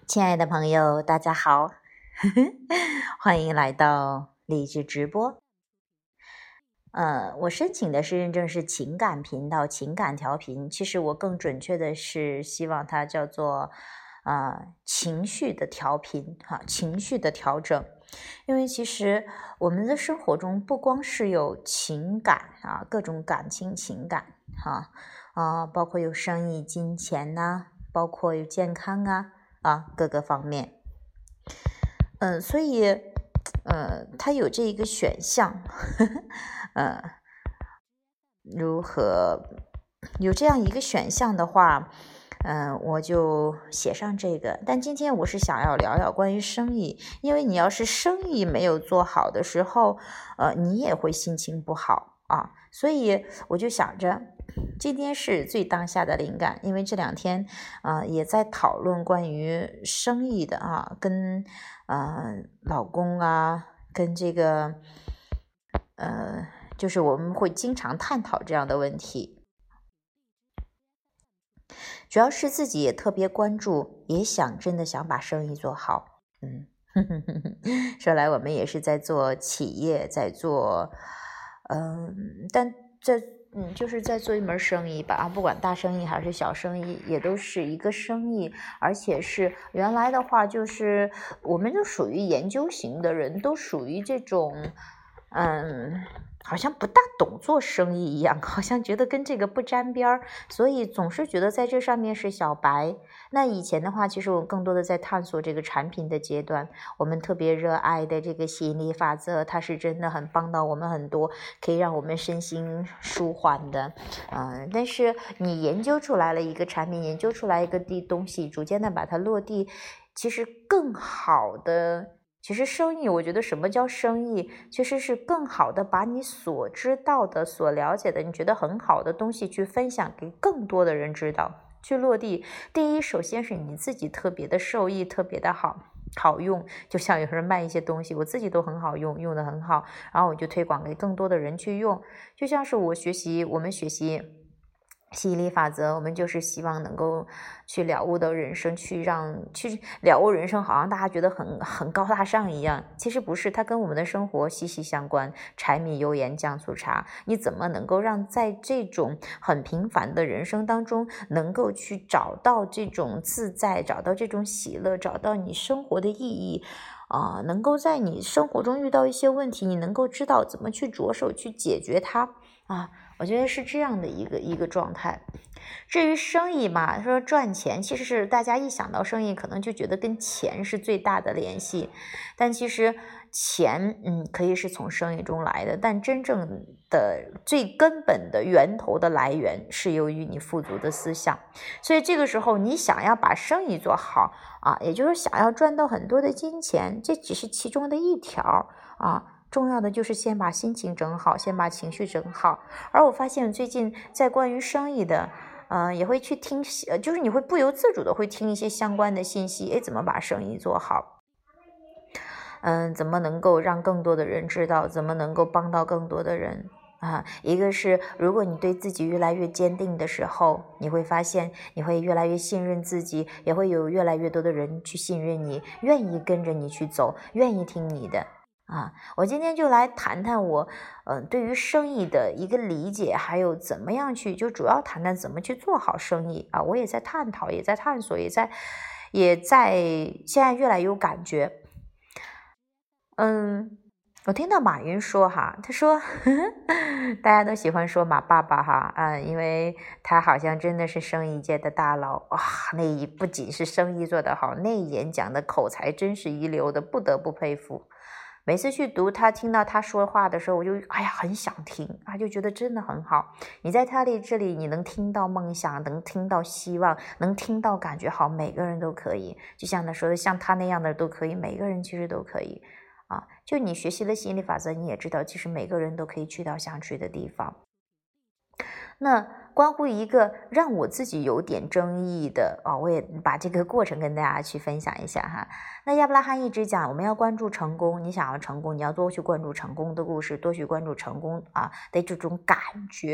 亲爱的朋友，大家好，欢迎来到励志直播。我申请的是认证是情感频道、情感调频，其实我更准确的是希望它叫做情绪的调频情绪的调整。因为其实我们的生活中不光是有情感各种感情情感包括有生意、金钱包括有健康各个方面。所以它有这一个选项如何有这样一个选项的话，我就写上这个。但今天我是想要聊聊关于生意，因为你要是生意没有做好的时候，你也会心情不好所以我就想着今天是最当下的灵感，因为这两天也在讨论关于生意的跟老公跟这个就是我们会经常探讨这样的问题，主要是自己也特别关注，也真的想把生意做好。说来我们也是在做企业，在做但就是在做一门生意吧不管大生意还是小生意，也都是一个生意，而且是原来的话就是我们就属于研究型的人，都属于这种好像不大懂做生意一样，好像觉得跟这个不沾边，所以总是觉得在这上面是小白。那以前的话，其实我更多的在探索这个产品的阶段，我们特别热爱的这个吸引力法则，它是真的很帮到我们很多，可以让我们身心舒缓的。但是你研究出来了一个产品，研究出来一个东西，逐渐的把它落地，其实更好的。其实生意，我觉得什么叫生意，其实是更好的把你所知道的、所了解的、你觉得很好的东西去分享给更多的人知道，去落地。第一，首先是你自己特别的受益，特别的好用，就像有人卖一些东西，我自己都很好用，用的很好，然后我就推广给更多的人去用。就像是我们学习吸引力法则，我们就是希望能够去了悟到人生，去了悟人生，好像大家觉得很高大上一样，其实不是，它跟我们的生活息息相关。柴米油盐酱醋茶，你怎么能够让在这种很平凡的人生当中，能够去找到这种自在，找到这种喜乐，找到你生活的意义能够在你生活中遇到一些问题，你能够知道怎么去着手去解决它我觉得是这样的一个状态。至于生意嘛，说赚钱，其实是大家一想到生意，可能就觉得跟钱是最大的联系。但其实钱，可以是从生意中来的，但真正的最根本的源头的来源是由于你富足的思想。所以这个时候，你想要把生意做好也就是想要赚到很多的金钱，这只是其中的一条重要的就是先把心情整好，先把情绪整好。而我发现最近在关于生意的也会去听就是你会不由自主的会听一些相关的信息，怎么把生意做好，怎么能够让更多的人知道，怎么能够帮到更多的人一个是如果你对自己越来越坚定的时候，你会发现你会越来越信任自己，也会有越来越多的人去信任你，愿意跟着你去走，愿意听你的我今天就来谈谈我对于生意的一个理解，还有怎么样去，就主要谈谈怎么去做好生意我也在探讨，也在探索，也在现在越来越有感觉。我听到马云说他说大家都喜欢说马爸爸因为他好像真的是生意界的大佬那不仅是生意做得好，那演讲的口才真是一流的，不得不佩服。每次去读听到他说话的时候，我就很想听就觉得真的很好。你在他这里你能听到梦想，能听到希望，能听到感觉好，每个人都可以，就像他说的，像他那样的都可以，每个人其实都可以就你学习了吸引力法则，你也知道其实每个人都可以去到想去的地方。那关乎一个让我自己有点争议的我也把这个过程跟大家去分享一下那亚伯拉罕一直讲，我们要关注成功，你想要成功，你要多去关注成功的故事，多去关注成功的这种感觉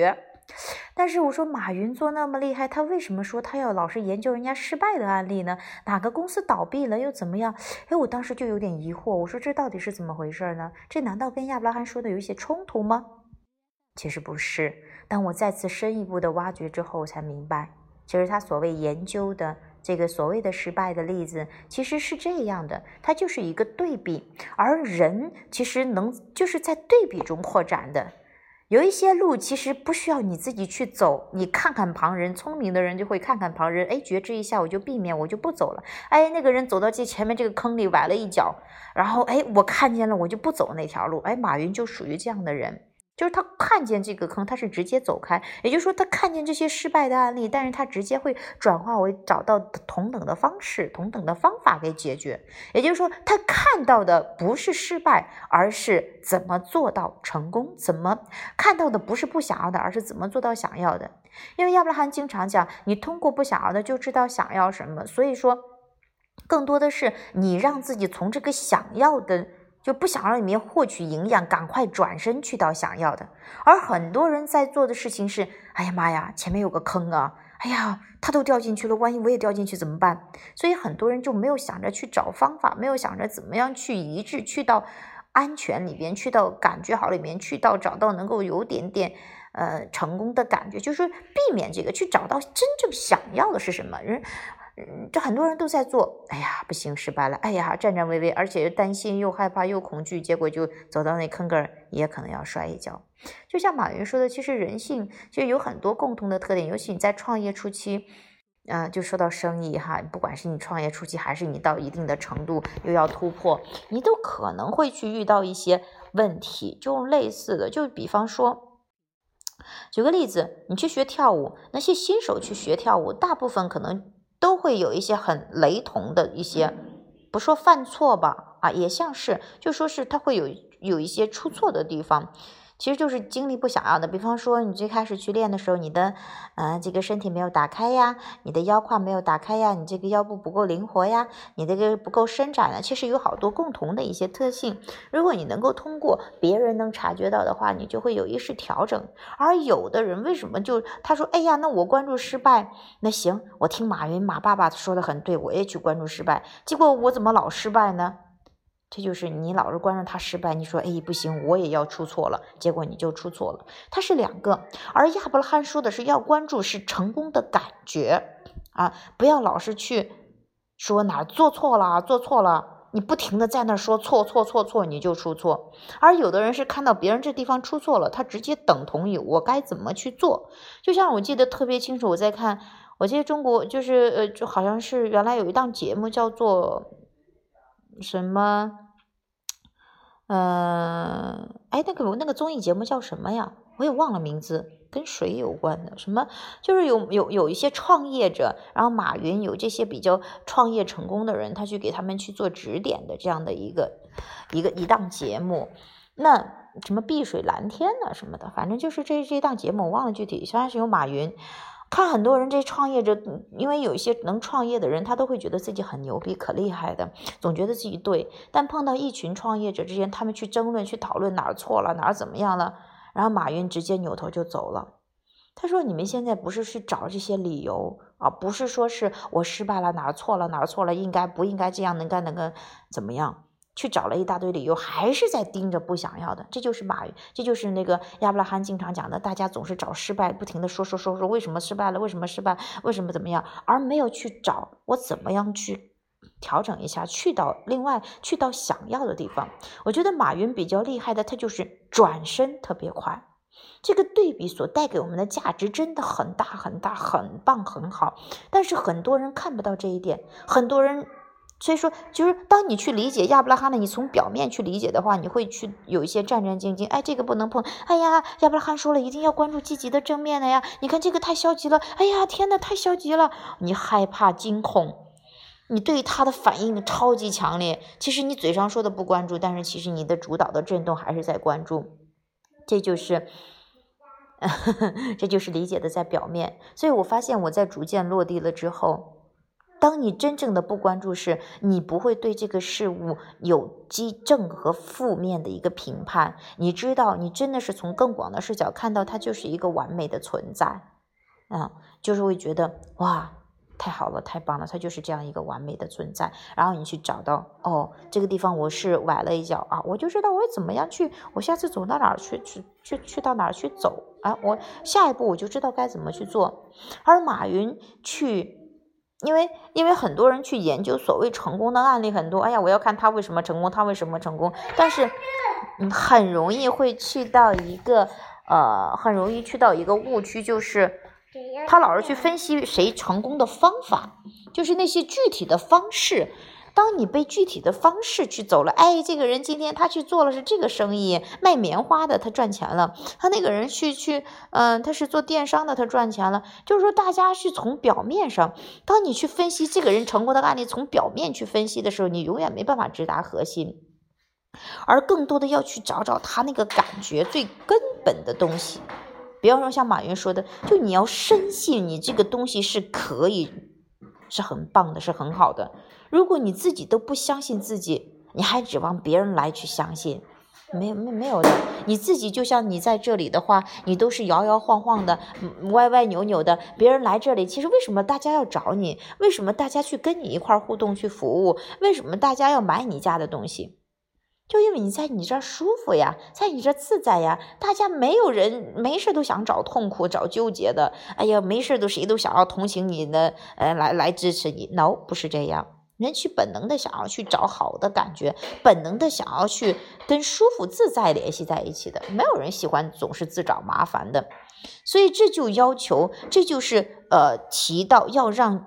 但是我说马云做那么厉害，他为什么说他要老是研究人家失败的案例呢？哪个公司倒闭了又怎么样？我当时就有点疑惑，我说这到底是怎么回事呢？这难道跟亚伯拉罕说的有一些冲突吗？其实不是，当我再次深一步的挖掘之后，我才明白，其实他所谓研究的这个所谓的失败的例子，其实是这样的，它就是一个对比，而人其实就是在对比中扩展的。有一些路其实不需要你自己去走，你看看旁人，聪明的人就会看看旁人，觉知一下，我就避免，我就不走了。那个人走到前面这个坑里崴了一脚，然后我看见了，我就不走那条路。马云就属于这样的人。就是他看见这个坑，他是直接走开，也就是说他看见这些失败的案例，但是他直接会转化为找到同等的方式、同等的方法给解决。也就是说他看到的不是失败，而是怎么做到成功，怎么看到的不是不想要的，而是怎么做到想要的。因为亚伯拉罕经常讲，你通过不想要的就知道想要什么，所以说更多的是你让自己从这个想要的就不想让里面获取营养，赶快转身去到想要的。而很多人在做的事情是，哎呀妈呀，前面有个坑啊，他都掉进去了，万一我也掉进去怎么办？所以很多人就没有想着去找方法，没有想着怎么样去一致，去到安全里边，去到感觉好里面，去到找到能够有点点成功的感觉，就是避免这个，去找到真正想要的是什么。这很多人都在做，不行，失败了，战战巍巍，而且担心又害怕又恐惧，结果就走到那坑根也可能要摔一跤。就像马云说的，其实人性其实有很多共同的特点，尤其你在创业初期就说到生意不管是你创业初期还是你到一定的程度又要突破，你都可能会去遇到一些问题，就类似的，就比方说举个例子，你去学跳舞，那些新手去学跳舞，大部分可能都会有一些很雷同的一些，不说犯错吧，也像是，就说是他会有一些出错的地方，其实就是经历不想要的。比方说你最开始去练的时候，你的这个身体没有打开呀，你的腰胯没有打开呀，你这个腰部不够灵活呀，你这个不够伸展呢，其实有好多共同的一些特性。如果你能够通过别人能察觉到的话，你就会有意识调整。而有的人为什么他说那我关注失败，那行，我听马爸爸说的很对，我也去关注失败，结果我怎么老失败呢？这就是你老是关注他失败，你说不行，我也要出错了，结果你就出错了。它是两个，而亚伯拉罕说的是要关注是成功的感觉不要老是去说哪做错了，你不停的在那说错，你就出错。而有的人是看到别人这地方出错了，他直接等同于我该怎么去做。就像我记得特别清楚，我记得中国就是就好像是原来有一档节目叫做什么那个综艺节目叫什么呀？我也忘了名字，跟水有关的，什么就是有一些创业者，然后马云有这些比较创业成功的人，他去给他们去做指点的这样的一档节目。那什么碧水蓝天呢什么的，反正就是这档节目我忘了具体，虽然是有马云。看很多人这创业者，因为有一些能创业的人，他都会觉得自己很牛逼可厉害的，总觉得自己对，但碰到一群创业者之间，他们去争论去讨论哪儿错了哪儿怎么样了，然后马云直接扭头就走了。他说你们现在不是去找这些理由不是说是我失败了哪儿错了应该不应该这样能够怎么样，去找了一大堆理由，还是在盯着不想要的。这就是这就是那个亚伯拉罕经常讲的，大家总是找失败，不停的说为什么失败了，为什么失败，为什么怎么样，而没有去找我怎么样去调整一下，去到想要的地方。我觉得马云比较厉害的，他就是转身特别快。这个对比所带给我们的价值真的很大很大，很棒很好，但是很多人看不到这一点，很多人。所以说就是当你去理解亚伯拉罕的，你从表面去理解的话，你会去有一些战战兢兢，这个不能碰，亚伯拉罕说了一定要关注积极的正面的呀，你看这个太消极了，天哪太消极了，你害怕惊恐，你对他的反应超级强烈，其实你嘴上说的不关注，但是其实你的主导的震动还是在关注，这就是理解的在表面。所以我发现我在逐渐落地了之后， 当你真正的不关注时，你不会对这个事物有正和负面的一个评判，你知道你真的是从更广的视角看到它就是一个完美的存在就是会觉得哇太好了，太棒了，它就是这样一个完美的存在。然后你去找到这个地方我是崴了一脚我就知道我怎么样去，我下次走到哪儿去到哪儿去走我下一步我就知道该怎么去做。而马云因为很多人去研究所谓成功的案例很多，哎呀，我要看他为什么成功，他为什么成功，但是很容易会去到一个误区，就是他老是去分析谁成功的方法，就是那些具体的方式。当你被具体的方式去走了，这个人今天他去做了是这个生意，卖棉花的他赚钱了，他那个人他是做电商的他赚钱了，就是说大家是从表面上，当你去分析这个人成功的案例，从表面去分析的时候，你永远没办法直达核心，而更多的要去找他那个感觉最根本的东西。比方说像马云说的，就你要深信你这个东西是可以，是很棒的，是很好的。如果你自己都不相信自己，你还指望别人来去相信，没有的。你自己就像你在这里的话，你都是摇摇晃晃的，歪歪扭扭的，别人来这里，其实为什么大家要找你？为什么大家去跟你一块互动去服务？为什么大家要买你家的东西？就因为你在你这儿舒服呀，在你这儿自在呀，大家没有人没事都想找痛苦找纠结的，哎呀没事谁都想要同情你的来支持你。 No， 不是这样，人去本能的想要去找好的感觉，本能的想要去跟舒服自在联系在一起的，没有人喜欢总是自找麻烦的。所以这就是提到要让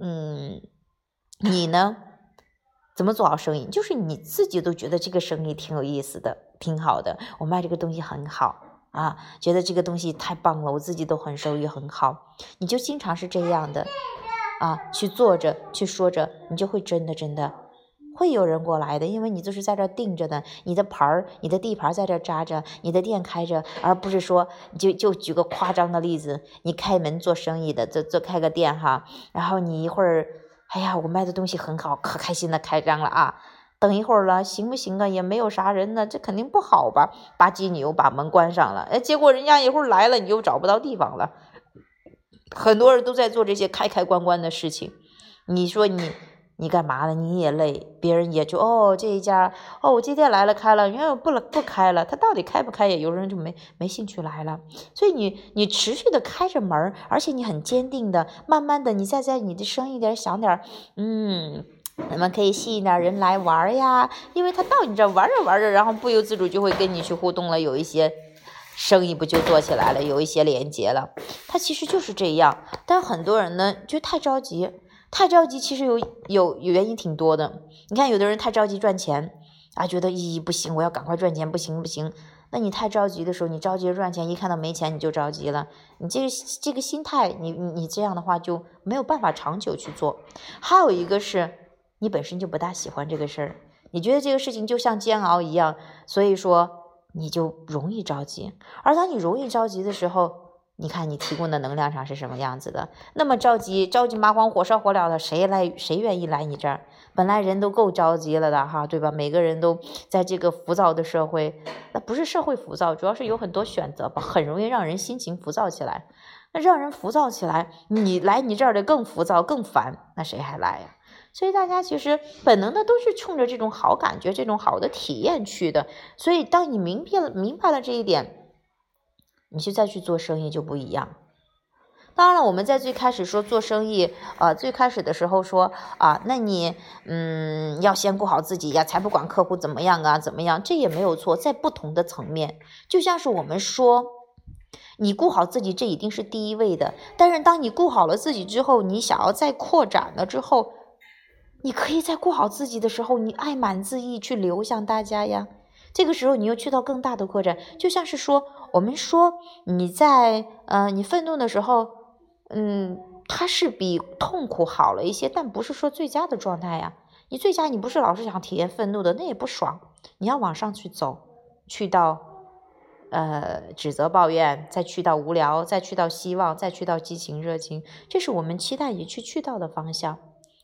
你呢怎么做好生意，就是你自己都觉得这个生意挺有意思的，挺好的，我卖这个东西很好觉得这个东西太棒了，我自己都很收益很好，你就经常是这样的去做着去说着，你就会真的会有人过来的，因为你就是在这定着的，你的地盘在这扎着，你的店开着，而不是说就举个夸张的例子，你开门做生意的，开个店然后你一会儿哎呀我卖的东西很好，可开心的开张了等一会儿了，行不行也没有啥人呢，这肯定不好吧，吧唧你又把门关上了，结果人家一会儿来了，你又找不到地方了。很多人都在做这些开关的事情，你说你干嘛呢？你也累，别人也就这一家我今天来了开了，因为不开了，他到底开不开也有人就没兴趣来了。所以你持续的开着门，而且你很坚定的，慢慢的你再在你的生意点想点咱们可以吸引点人来玩呀，因为他到你这玩着玩着，然后不由自主就会跟你去互动了，有一些生意不就做起来了，有一些连接了，它其实就是这样。但很多人呢就太着急，其实有原因挺多的。你看有的人太着急赚钱觉得不行，我要赶快赚钱，不行，那你太着急的时候，你着急赚钱，一看到没钱你就着急了，你这个心态，你这样的话就没有办法长久去做。还有一个是你本身就不大喜欢这个事儿，你觉得这个事情就像煎熬一样，所以说你就容易着急。而当你容易着急的时候，你看你提供的能量场是什么样子的？那么着急麻慌，火烧火燎的，谁愿意来你这儿？本来人都够着急了的对吧？每个人都在这个浮躁的社会，那不是社会浮躁，主要是有很多选择吧，很容易让人心情浮躁起来。那让人浮躁起来，你来你这儿的更浮躁更烦，那谁还来呀？所以大家其实本能的都是冲着这种好感觉，这种好的体验去的。所以当你明白了这一点，你就再去做生意就不一样。当然了，我们在最开始说做生意最开始的时候说那你要先顾好自己呀，才不管客户怎么样怎么样，这也没有错，在不同的层面。就像是我们说你顾好自己，这一定是第一位的，但是当你顾好了自己之后，你想要再扩展了之后，你可以在顾好自己的时候，你爱满恣意去流向大家呀，这个时候你又去到更大的扩展。就像是说我们说你在你愤怒的时候它是比痛苦好了一些，但不是说最佳的状态呀。你最佳你不是老是想体验愤怒的，那也不爽，你要往上去走，去到指责抱怨，再去到无聊，再去到希望，再去到激情热情，这是我们期待你去到的方向。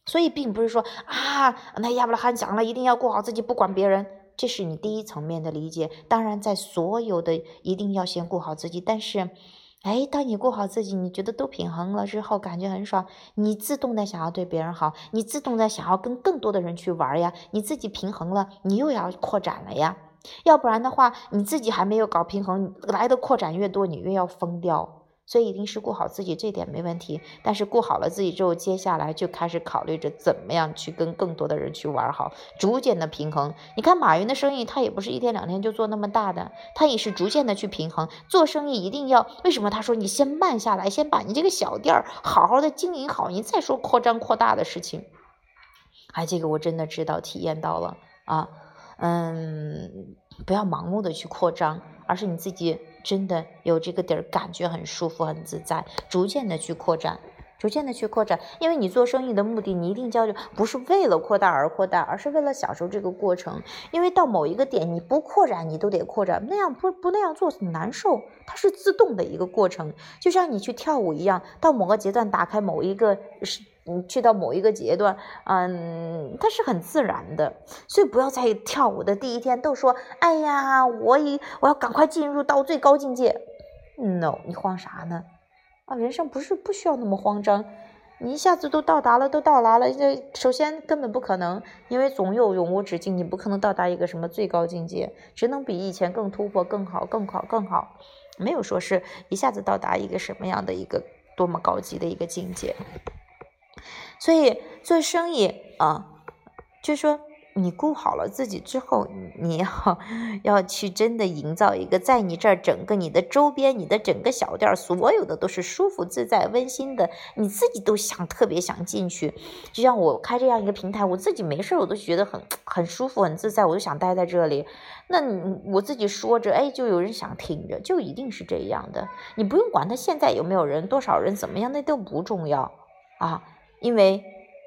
所以并不是说那亚伯拉罕讲了一定要过好自己，不管别人，这是你第一层面的理解。当然在所有的一定要先过好自己，但是当你过好自己，你觉得都平衡了之后，感觉很爽，你自动的想要对别人好，你自动的想要跟更多的人去玩呀，你自己平衡了，你又要扩展了呀。要不然的话，你自己还没有搞平衡，来的扩展越多，你越要疯掉。所以一定是顾好自己，这点没问题。但是顾好了自己之后，接下来就开始考虑着怎么样去跟更多的人去玩好，逐渐的平衡。你看马云的生意，他也不是一天两天就做那么大的，他也是逐渐的去平衡。做生意一定要，为什么他说你先慢下来，先把你这个小店好好的经营好，你再说扩张扩大的事情。这个我真的知道，体验到了啊。不要盲目的去扩张，而是你自己真的有这个点感觉很舒服很自在，逐渐的去扩展，因为你做生意的目的，你一定不是为了扩大而扩大，而是为了享受这个过程。因为到某一个点你不扩展你都得扩展，那样不那样做很难受，它是自动的一个过程，就像你去跳舞一样，到某个阶段打开某一个去到某一个阶段，它是很自然的。所以不要在跳舞的第一天都说我要赶快进入到最高境界。No， 你慌啥呢？人生不需要那么慌张，你一下子都到达了，首先根本不可能，因为总有永无止境，你不可能到达一个什么最高境界，只能比以前更突破，更好，没有说是一下子到达一个什么样的一个多么高级的一个境界。所以做生意就是说你顾好了自己之后，你要去真的营造一个在你这儿整个你的周边，你的整个小店所有的都是舒服自在温馨的，你自己都特别想进去。就像我开这样一个平台，我自己没事我都觉得很舒服很自在，我就想待在这里。那我自己说着就有人想听着，就一定是这样的。你不用管他现在有没有人，多少人怎么样，那都不重要因为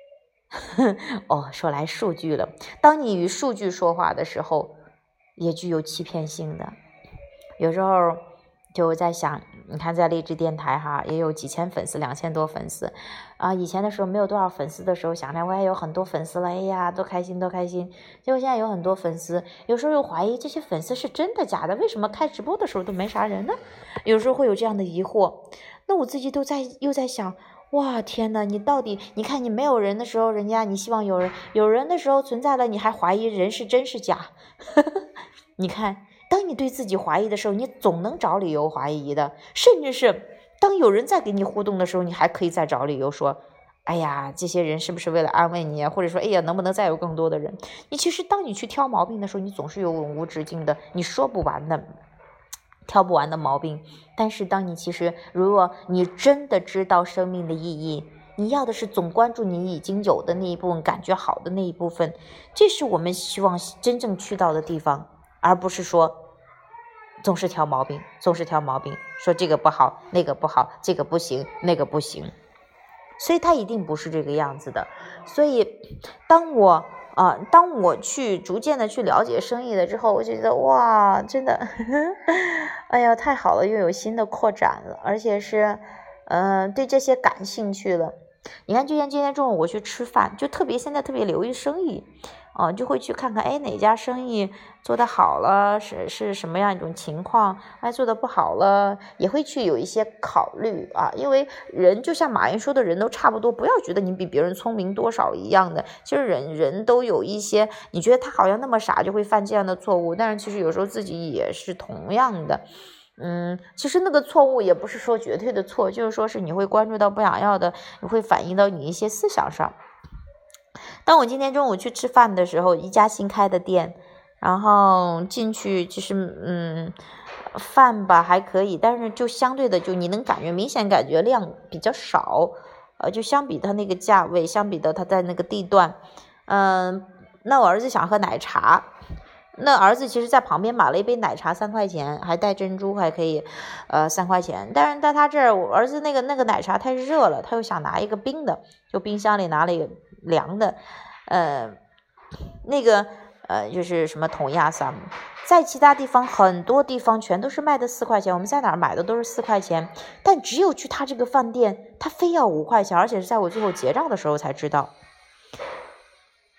说来数据了，当你与数据说话的时候也具有欺骗性的。有时候就在想，你看在励志电台也有几千粉丝，2000多粉丝以前的时候没有多少粉丝的时候，想着我也有很多粉丝了，多开心。结果现在有很多粉丝，有时候又怀疑这些粉丝是真的假的，为什么开直播的时候都没啥人呢？有时候会有这样的疑惑。那我自己又在想，哇天哪，你到底你看你没有人的时候，人家你希望有人，有人的时候存在了，你还怀疑人是真是假你看当你对自己怀疑的时候，你总能找理由怀疑的，甚至是当有人在给你互动的时候，你还可以再找理由说这些人是不是为了安慰你或者说能不能再有更多的人。你其实当你去挑毛病的时候，你总是有永无止境的，你说不完的挑不完的毛病。但是当你如果你真的知道生命的意义，你要的是总关注你已经有的那一部分，感觉好的那一部分，这是我们希望真正去到的地方，而不是说总是挑毛病，说这个不好那个不好，这个不行那个不行。所以它一定不是这个样子的。所以当我去逐渐的去了解生意了之后，我就觉得哇真的太好了，又有新的扩展了，而且是对这些感兴趣了。你看就像今天中午我去吃饭，就现在特别留意生意就会去看看哪家生意做得好了，是什么样一种情况，做得不好了也会去有一些考虑因为人就像马云说的，人都差不多，不要觉得你比别人聪明多少一样的，其实人都有一些，你觉得他好像那么傻就会犯这样的错误，但是其实有时候自己也是同样的。其实那个错误也不是说绝对的错，就是说是你会关注到不想要的，你会反映到你一些思想上。当我今天中午去吃饭的时候，一家新开的店，然后进去其实饭吧还可以，但是就相对的你能明显感觉量比较少就相比它那个价位，相比到它在那个地段那我儿子想喝奶茶，那儿子其实在旁边买了一杯奶茶3块钱，还带珍珠，还可以3块钱。但是在他这儿，我儿子那个奶茶太热了，他又想拿一个冰的，就冰箱里拿了一个凉的就是什么统一3，在其他地方很多地方全都是卖的4块钱，我们在哪儿买的都是4块钱，但只有去他这个饭店他非要5块钱，而且是在我最后结账的时候才知道。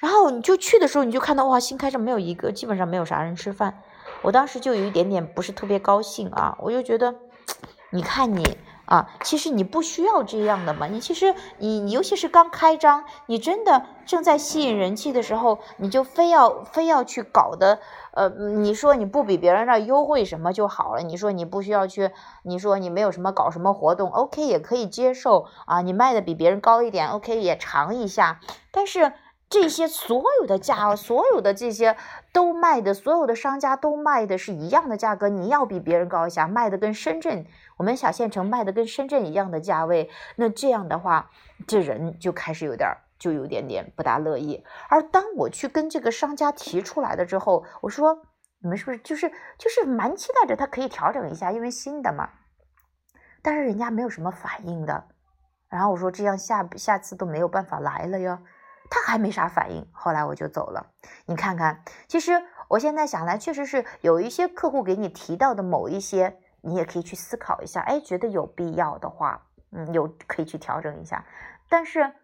然后你就去的时候，你就看到哇，新开着没有一个，基本上没有啥人吃饭。我当时就有一点点不是特别高兴啊，我就觉得，你看你啊，其实你不需要这样的嘛。你其实你尤其是刚开张，你真的正在吸引人气的时候，你就非要去搞的，你说你不比别人那优惠什么就好了，你说你不需要去，你说你没有什么搞什么活动 ，OK 也可以接受啊，你卖的比别人高一点 ，OK 也尝一下，但是。这些所有的所有的这些都卖的，所有的商家都卖的是一样的价格，你要比别人高一下，卖的跟深圳我们小县城卖的跟深圳一样的价位，那这样的话，这人就开始有点点不大乐意。而当我去跟这个商家提出来的之后，我说你们是不是就是蛮期待着他可以调整一下，因为新的嘛，但是人家没有什么反应的。然后我说这样下次都没有办法来了呀。他还没啥反应，后来我就走了。你看看，其实我现在想来，确实是有一些客户给你提到的某一些，你也可以去思考一下，哎，觉得有必要的话，可以去调整一下。但是，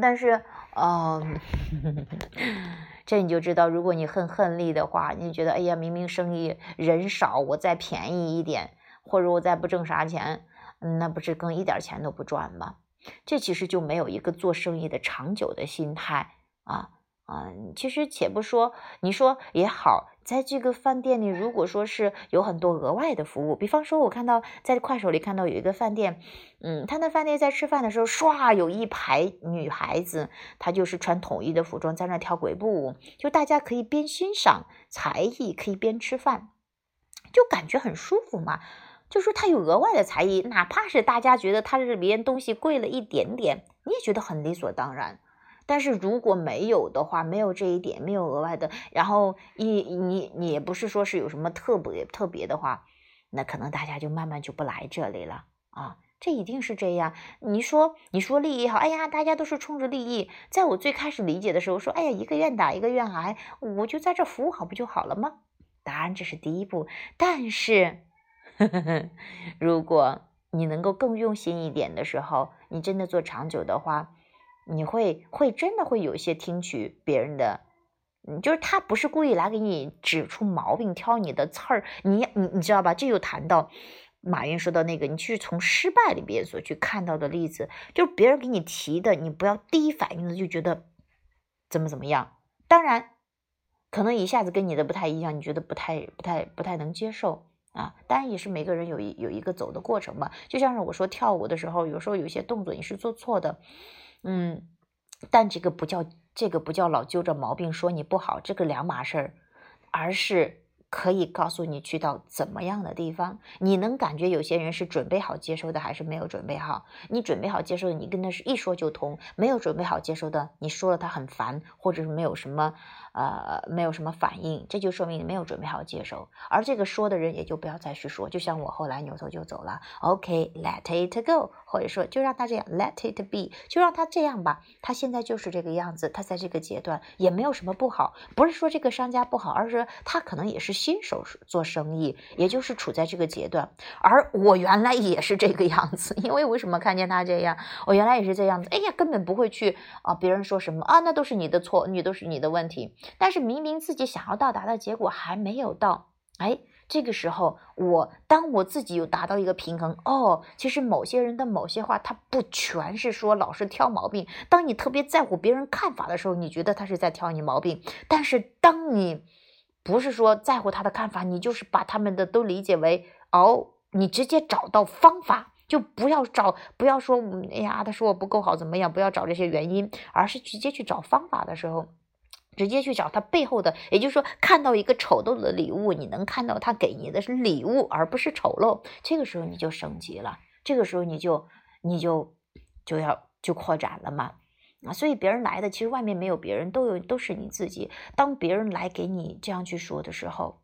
这你就知道，如果你很恨力的话，你觉得，哎呀，明明生意人少，我再便宜一点，或者我再不挣啥钱，那不是更一点钱都不赚吗？这其实就没有一个做生意的长久的心态其实且不说，你说也好，在这个饭店里，如果说是有很多额外的服务，比方说我看到在快手里看到有一个饭店，他那饭店在吃饭的时候，唰有一排女孩子，她就是穿统一的服装在那跳鬼步舞，就大家可以边欣赏才艺，可以边吃饭，就感觉很舒服嘛。就说他有额外的才艺，哪怕是大家觉得他这里边东西贵了一点点，你也觉得很理所当然。但是如果没有的话，没有这一点，没有额外的，然后你也不是说是有什么特别的话，那可能大家就慢慢就不来这里了啊。这一定是这样。你说利益好，哎呀，大家都是冲着利益。在我最开始理解的时候，说，哎呀，一个愿打一个愿挨，我就在这服务好不就好了吗？当然这是第一步，但是。如果你能够更用心一点的时候，你真的做长久的话，你会真的会有一些听取别人的，就是他不是故意来给你指出毛病、挑你的刺儿，你知道吧？这又谈到马云说到那个，你去从失败里边所去看到的例子，就是别人给你提的，你不要第一反应的就觉得怎么样。当然，可能一下子跟你的不太一样，你觉得不太能接受。当然也是每个人有一个走的过程嘛，就像是我说跳舞的时候，有时候有些动作你是做错的，但这个不叫老揪着毛病说你不好，这个两码事儿，而是可以告诉你去到怎么样的地方，你能感觉有些人是准备好接受的，还是没有准备好？你准备好接受的，你跟他是一说就通；没有准备好接受的，你说了他很烦，或者是没有什么反应，这就说明你没有准备好接受。而这个说的人也就不要再去说，就像我后来扭头就走了 ，OK，let it go，或者说就让他这样 ，let it be，就让他这样吧，他现在就是这个样子，他在这个阶段也没有什么不好，不是说这个商家不好，而是他可能也是新手做生意，也就是处在这个阶段。而我原来也是这个样子，因为为什么看见他这样，我原来也是这样子，哎呀，根本不会去别人说什么那都是你的错，都是你的问题。但是明明自己想要到达的结果还没有到，这个时候当我自己有达到一个平衡，其实某些人的某些话，他不全是说老是挑毛病。当你特别在乎别人看法的时候，你觉得他是在挑你毛病，但是当你不是说在乎他的看法，你就是把他们的都理解为你直接找到方法，就不要说哎呀他说我不够好怎么样，不要找这些原因，而是直接去找方法的时候，直接去找他背后的，也就是说看到一个丑陋的礼物，你能看到他给你的是礼物而不是丑陋，这个时候你就升级了，这个时候你就扩展了嘛。所以别人来的其实外面没有别人，都是你自己。当别人来给你这样去说的时候，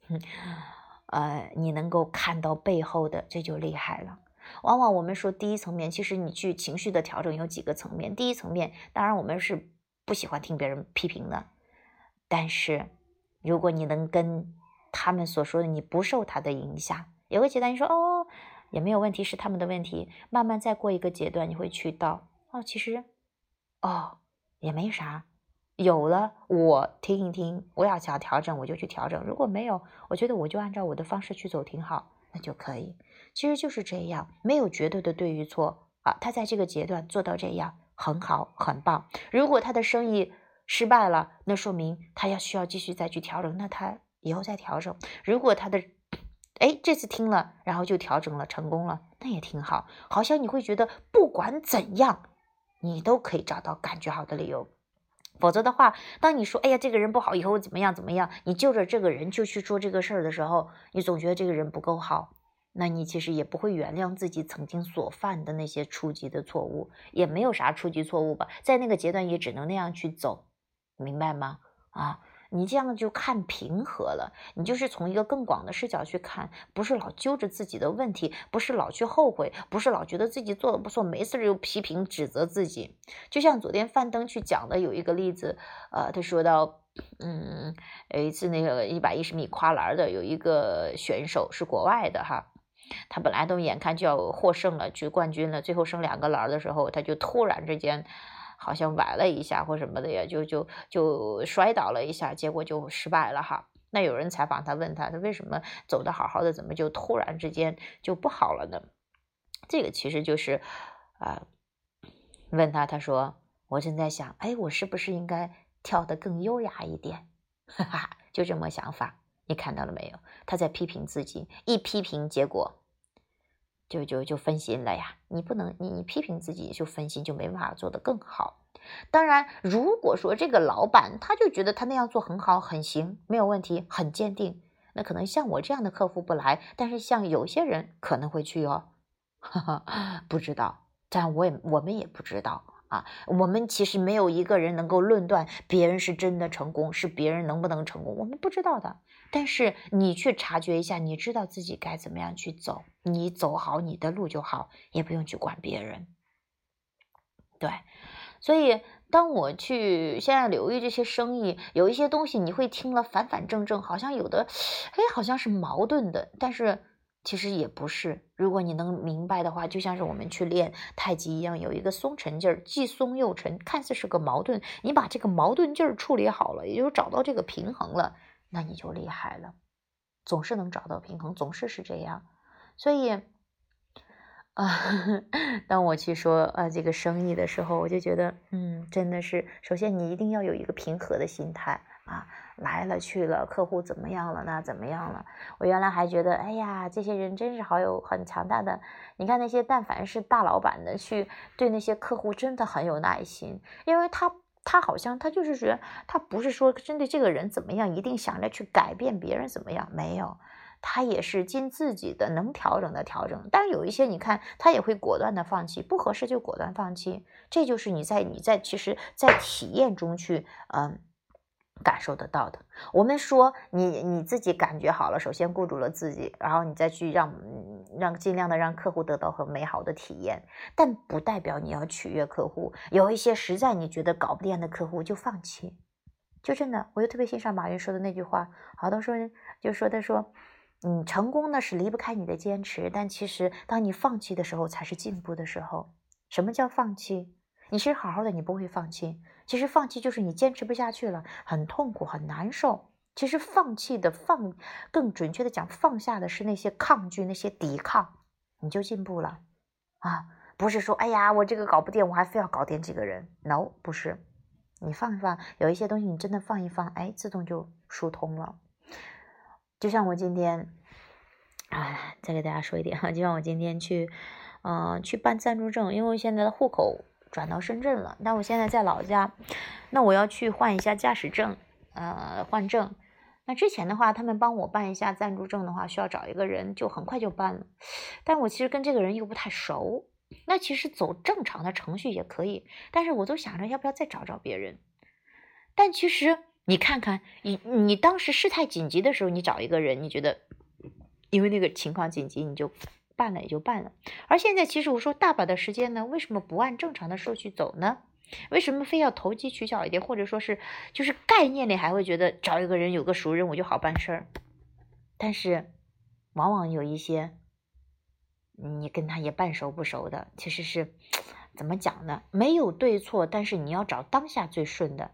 你能够看到背后的，这就厉害了。往往我们说第一层面，其实你去情绪的调整有几个层面。第一层面，当然我们是不喜欢听别人批评的，但是如果你能跟他们所说的你不受他的影响，有个阶段你说也没有问题，是他们的问题，慢慢再过一个阶段，你会去到其实也没啥， 有了，我听一听，我要想调整我就去调整，如果没有，我觉得我就按照我的方式去走挺好，那就可以。其实就是这样，没有绝对的对与错啊。他在这个阶段做到这样很好很棒，如果他的生意失败了，那说明他需要继续再去调整，那他以后再调整。如果他的这次听了然后就调整了成功了，那也挺好。好像你会觉得不管怎样你都可以找到感觉好的理由。否则的话，当你说哎呀这个人不好，以后怎么样怎么样，你就着这个人就去做这个事儿的时候，你总觉得这个人不够好，那你其实也不会原谅自己曾经所犯的那些初级的错误，也没有啥初级错误吧，在那个阶段也只能那样去走，明白吗？你这样就看平和了，你就是从一个更广的视角去看，不是老揪着自己的问题，不是老去后悔，不是老觉得自己做的不错，没事就批评指责自己。就像昨天范登去讲的有一个例子，他说到有一次那个110米跨栏的有一个选手是国外的哈，他本来都眼看就要获胜了，去冠军了，最后剩2个栏的时候，他就突然之间好像崴了一下或什么的呀，就摔倒了一下，结果就失败了哈。那有人采访他，问他为什么走得好好的，怎么就突然之间就不好了呢？这个其实就是问他说我正在想，我是不是应该跳得更优雅一点？哈哈，就这么想法，你看到了没有？他在批评自己，一批评结果就分心了呀。你不能你批评自己就分心，就没办法做得更好。当然如果说这个老板他就觉得他那样做很好很行，没有问题，很坚定，那可能像我这样的客户不来，但是像有些人可能会去哦。不知道，但我们也不知道我们其实没有一个人能够论断别人是真的成功，是别人能不能成功，我们不知道的。但是你去察觉一下，你知道自己该怎么样去走，你走好你的路就好，也不用去管别人。对，所以当我去现在留意这些生意，有一些东西你会听了反反正正，好像有的好像是矛盾的，但是其实也不是。如果你能明白的话，就像是我们去练太极一样，有一个松沉劲儿，既松又沉，看似是个矛盾，你把这个矛盾劲儿处理好了，也就是找到这个平衡了，那你就厉害了，总是能找到平衡，总是这样。所以当我去说这个生意的时候，我就觉得真的是，首先你一定要有一个平和的心态来了去了，客户怎么样了，那怎么样了？我原来还觉得哎呀这些人真是很强大的，你看那些但凡是大老板的去对那些客户真的很有耐心，因为他好像他就是觉得他不是说针对这个人怎么样一定想着去改变别人怎么样，没有，他也是尽自己的能调整的调整，但是有一些你看他也会果断的放弃，不合适就果断放弃，这就是你在其实在体验中去感受得到的。我们说你自己感觉好了，首先顾住了自己，然后你再去让尽量的让客户得到很美好的体验，但不代表你要取悦客户，有一些实在你觉得搞不定的客户就放弃。就真的，我就特别欣赏马云说的那句话，好多说就说他说成功呢是离不开你的坚持，但其实当你放弃的时候才是进步的时候。什么叫放弃？你是好好的你不会放弃，其实放弃就是你坚持不下去了，很痛苦很难受。其实放弃的更准确的讲，放下的是那些抗拒，那些抵抗，你就进步了不是说哎呀我这个搞不定，我还非要搞定这个人， no， 不是。你放一放，有一些东西你真的放一放，自动就疏通了。就像我今天再给大家说一点就像我今天去办暂住证，因为我现在的户口转到深圳了，但我现在在老家，那我要去换一下驾驶证换证。那之前的话他们帮我办一下暂住证的话需要找一个人，就很快就办了，但我其实跟这个人又不太熟，那其实走正常的程序也可以，但是我都想着要不要再找别人。但其实你看看你当时事态紧急的时候，你找一个人，你觉得因为那个情况紧急你就办了也就办了，而现在其实我说大把的时间呢，为什么不按正常的顺序走呢？为什么非要投机取巧一点，或者说是就是概念里还会觉得找一个人有个熟人我就好办事儿？但是往往有一些你跟他也半熟不熟的，其实是怎么讲呢？没有对错，但是你要找当下最顺的。那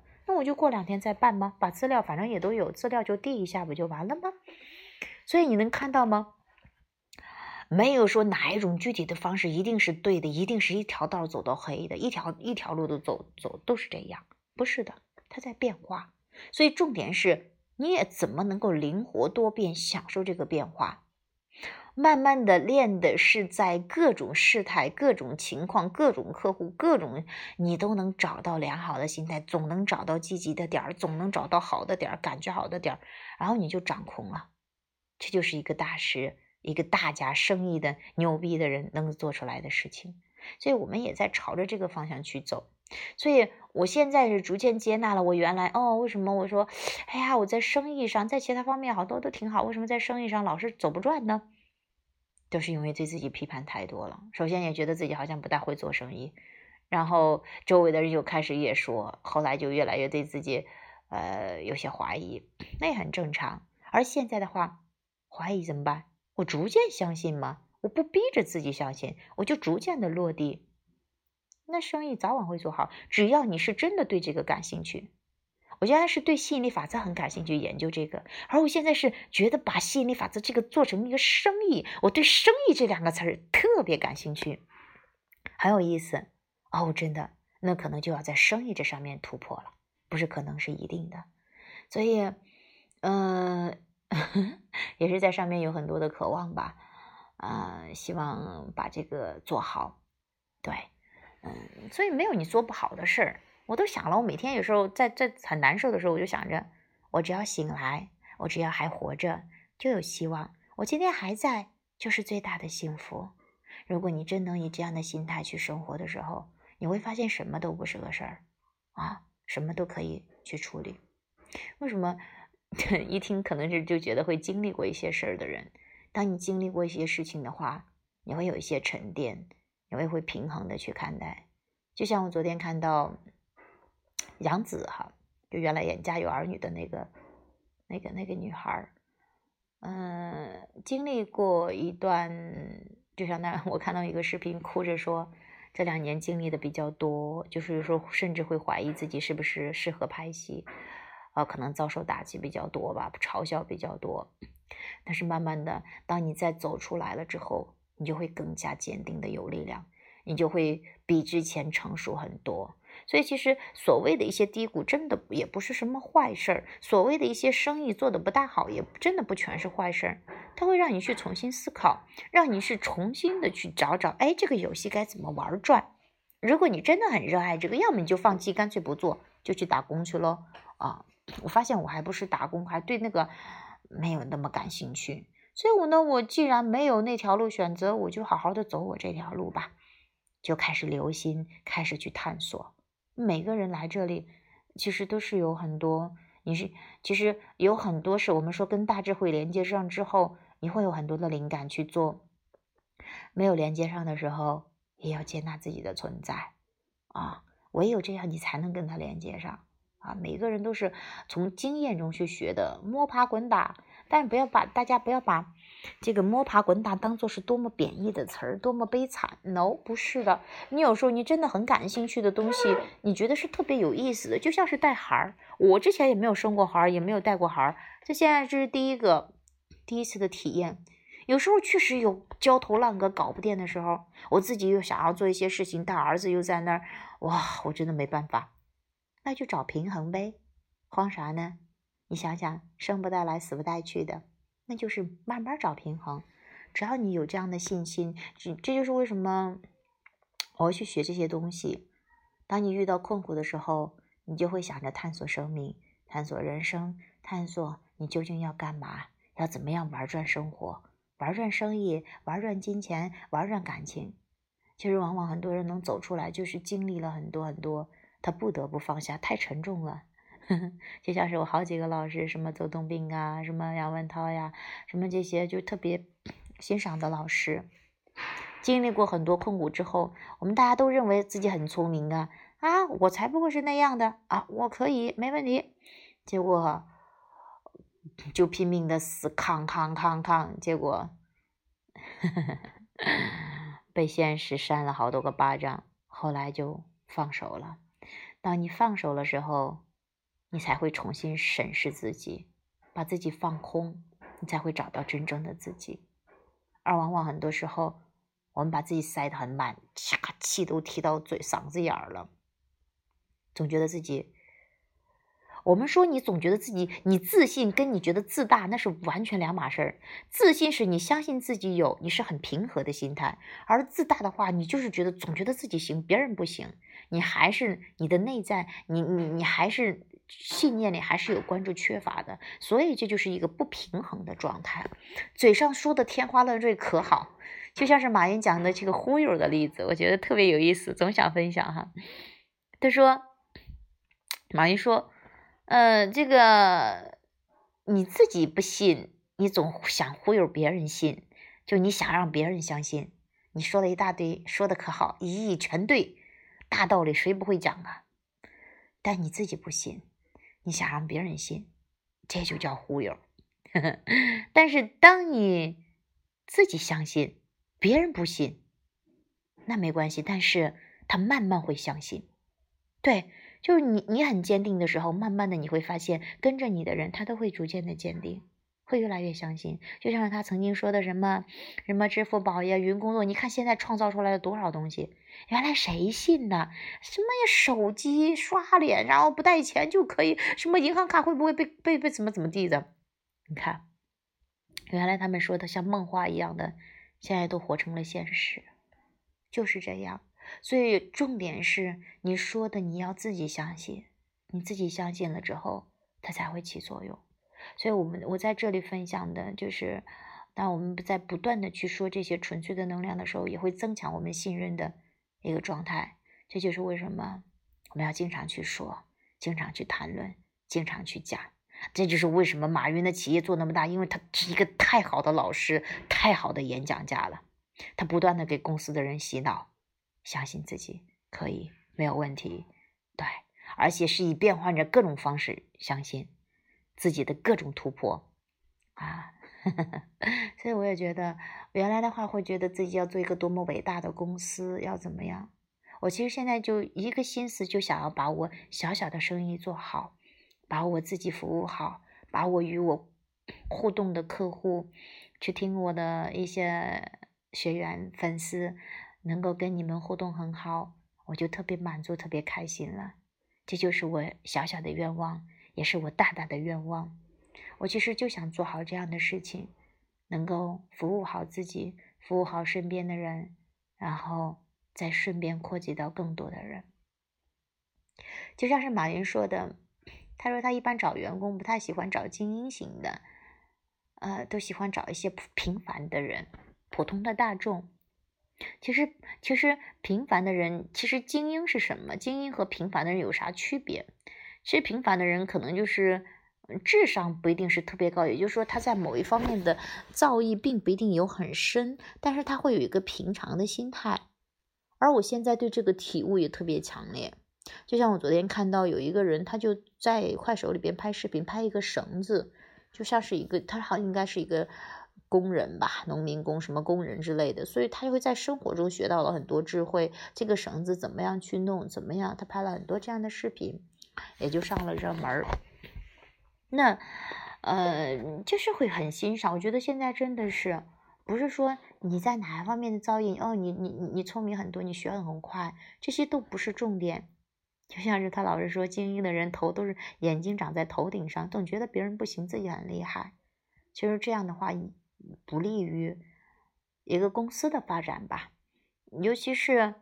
我就过2天再办吗？把资料反正也都有，资料就递一下不就完了吗？所以你能看到吗？没有说哪一种具体的方式一定是对的，一定是一条道走到黑的，一条路都走都是这样，不是的，它在变化。所以重点是你也怎么能够灵活多变，享受这个变化。慢慢的练的是在各种事态、各种情况、各种客户、各种你都能找到良好的心态，总能找到积极的点儿，总能找到好的点儿，感觉好的点儿，然后你就掌控了。这就是一个大师，一个大家生意的牛逼的人能做出来的事情。所以我们也在朝着这个方向去走。所以我现在是逐渐接纳了我原来为什么我说哎呀我在生意上在其他方面好多都挺好，为什么在生意上老是走不转呢？都是因为对自己批判太多了。首先也觉得自己好像不大会做生意，然后周围的人就开始也说，后来就越来越对自己有些怀疑，那也很正常。而现在的话，怀疑怎么办？我逐渐相信吗？我不逼着自己相信，我就逐渐的落地，那生意早晚会做好。只要你是真的对这个感兴趣。我原来是对吸引力法则很感兴趣，研究这个，而我现在是觉得把吸引力法则这个做成一个生意，我对生意这2个词儿特别感兴趣，很有意思。真的，那可能就要在生意这上面突破了，不是可能是一定的。所以也是在上面有很多的渴望吧，希望把这个做好。对，所以没有你做不好的事儿。我都想了，我每天有时候在很难受的时候，我就想着，我只要醒来，我只要还活着，就有希望。我今天还在，就是最大的幸福。如果你真能以这样的心态去生活的时候，你会发现什么都不是个事儿什么都可以去处理。为什么一听可能是就觉得会经历过一些事儿的人，当你经历过一些事情的话，你会有一些沉淀，你会平衡的去看待。就像我昨天看到杨紫就原来演《家有儿女》的那个女孩经历过一段，就像我看到一个视频，哭着说这2年经历的比较多，就是说甚至会怀疑自己是不是适合拍戏，可能遭受打击比较多吧，嘲笑比较多。但是慢慢的，当你再走出来了之后，你就会更加坚定的有力量，你就会比之前成熟很多。所以其实所谓的一些低谷真的也不是什么坏事儿，所谓的一些生意做得不大好也真的不全是坏事儿，它会让你去重新思考，让你是重新的去找这个游戏该怎么玩转。如果你真的很热爱这个，要么你就放弃，干脆不做，就去打工去咯我发现我还不是打工，还对那个没有那么感兴趣。所以我既然没有那条路选择，我就好好的走我这条路吧，就开始留心，开始去探索。每个人来这里其实都是有很多，其实有很多是我们说跟大智慧连接上之后，你会有很多的灵感去做。没有连接上的时候，也要接纳自己的存在唯有这样你才能跟他连接上每个人都是从经验中去学的，摸爬滚打。但大家不要把这个摸爬滚打当做是多么贬义的词儿，多么悲惨。No， 不是的。你有时候你真的很感兴趣的东西，你觉得是特别有意思的，就像是带孩儿。我之前也没有生过孩儿，也没有带过孩儿，这现在是第一次的体验。有时候确实有焦头烂额搞不定的时候，我自己又想要做一些事情，但儿子又在那儿，我真的没办法。那就找平衡呗，慌啥呢？你想想，生不带来，死不带去的，那就是慢慢找平衡。只要你有这样的信心，这就是为什么我会去学这些东西。当你遇到困苦的时候，你就会想着探索生命，探索人生，探索你究竟要干嘛，要怎么样玩转生活，玩转生意，玩转金钱，玩转感情。其实往往很多人能走出来，就是经历了很多很多，他不得不放下，太沉重了。就像是我好几个老师，什么邹东斌什么杨文涛呀，什么这些就特别欣赏的老师，经历过很多困苦之后，我们大家都认为自己很聪明我才不会是那样的我可以没问题，结果就拼命的死抗，结果被现实扇了好多个巴掌，后来就放手了。当你放手的时候， 你才会重新审视自己，把自己放空，你才会找到真正的自己。而往往很多时候，我们把自己塞得很满，气都提到嗓子眼儿了，总觉得自己，我们说你总觉得自己，你自信跟你觉得自大那是完全两码事儿。自信是你相信自己有，你是很平和的心态；而自大的话，你就是总觉得自己行，别人不行。你还是你的内在，你还是信念里还是有关注缺乏的，所以这就是一个不平衡的状态。嘴上说的天花乱坠可好，就像是马云讲的这个忽悠的例子，我觉得特别有意思，总想分享哈。他说，马云说，这个你自己不信，你总想忽悠别人信，就你想让别人相信，你说了一大堆，说的可好，咦，全对，大道理谁不会讲啊？但你自己不信，你想让别人信，这就叫忽悠。但是当你自己相信，别人不信，那没关系，但是他慢慢会相信。对，就是你很坚定的时候，慢慢的你会发现，跟着你的人，他都会逐渐的坚定，会越来越相信。就像他曾经说的什么支付宝呀、云工作，你看现在创造出来了多少东西，原来谁信呢？什么呀，手机刷脸，然后不带钱就可以，什么银行卡会不会被怎么地的？你看，原来他们说的像梦话一样的，现在都活成了现实，就是这样。所以重点是你说的你要自己相信，你自己相信了之后，它才会起作用。所以我在这里分享的就是，当我们在不断的去说这些纯粹的能量的时候，也会增强我们信任的一个状态。这就是为什么我们要经常去说，经常去谈论，经常去讲。这就是为什么马云的企业做那么大，因为他是一个太好的老师，太好的演讲家了。他不断的给公司的人洗脑，相信自己可以，没有问题。对，而且是以变换着各种方式相信自己的各种突破啊。所以我也觉得原来的话会觉得自己要做一个多么伟大的公司，要怎么样。我其实现在就一个心思，就想要把我小小的生意做好，把我自己服务好，把我与我互动的客户，去听我的一些学员粉丝能够跟你们互动很好，我就特别满足，特别开心了。这就是我小小的愿望，也是我大大的愿望。我其实就想做好这样的事情，能够服务好自己，服务好身边的人，然后再顺便扩及到更多的人。就像是马云说的，他说他一般找员工不太喜欢找精英型的，都喜欢找一些平凡的人，普通的大众。其实平凡的人，其实精英是什么？精英和平凡的人有啥区别？其实平凡的人可能就是智商不一定是特别高，也就是说他在某一方面的造诣并不一定有很深，但是他会有一个平常的心态。而我现在对这个体悟也特别强烈。就像我昨天看到有一个人，他就在快手里边拍视频，拍一个绳子，就像是一个，他好像应该是一个工人吧，农民工什么工人之类的，所以他就会在生活中学到了很多智慧。这个绳子怎么样去弄，怎么样，他拍了很多这样的视频，也就上了热门。那就是会很欣赏。我觉得现在真的是不是说你在哪方面的造诣，你聪明很多，你学很快，这些都不是重点。就像是他老是说，精英的人头都是眼睛长在头顶上，总觉得别人不行，自己很厉害。其实这样的话不利于一个公司的发展吧，尤其是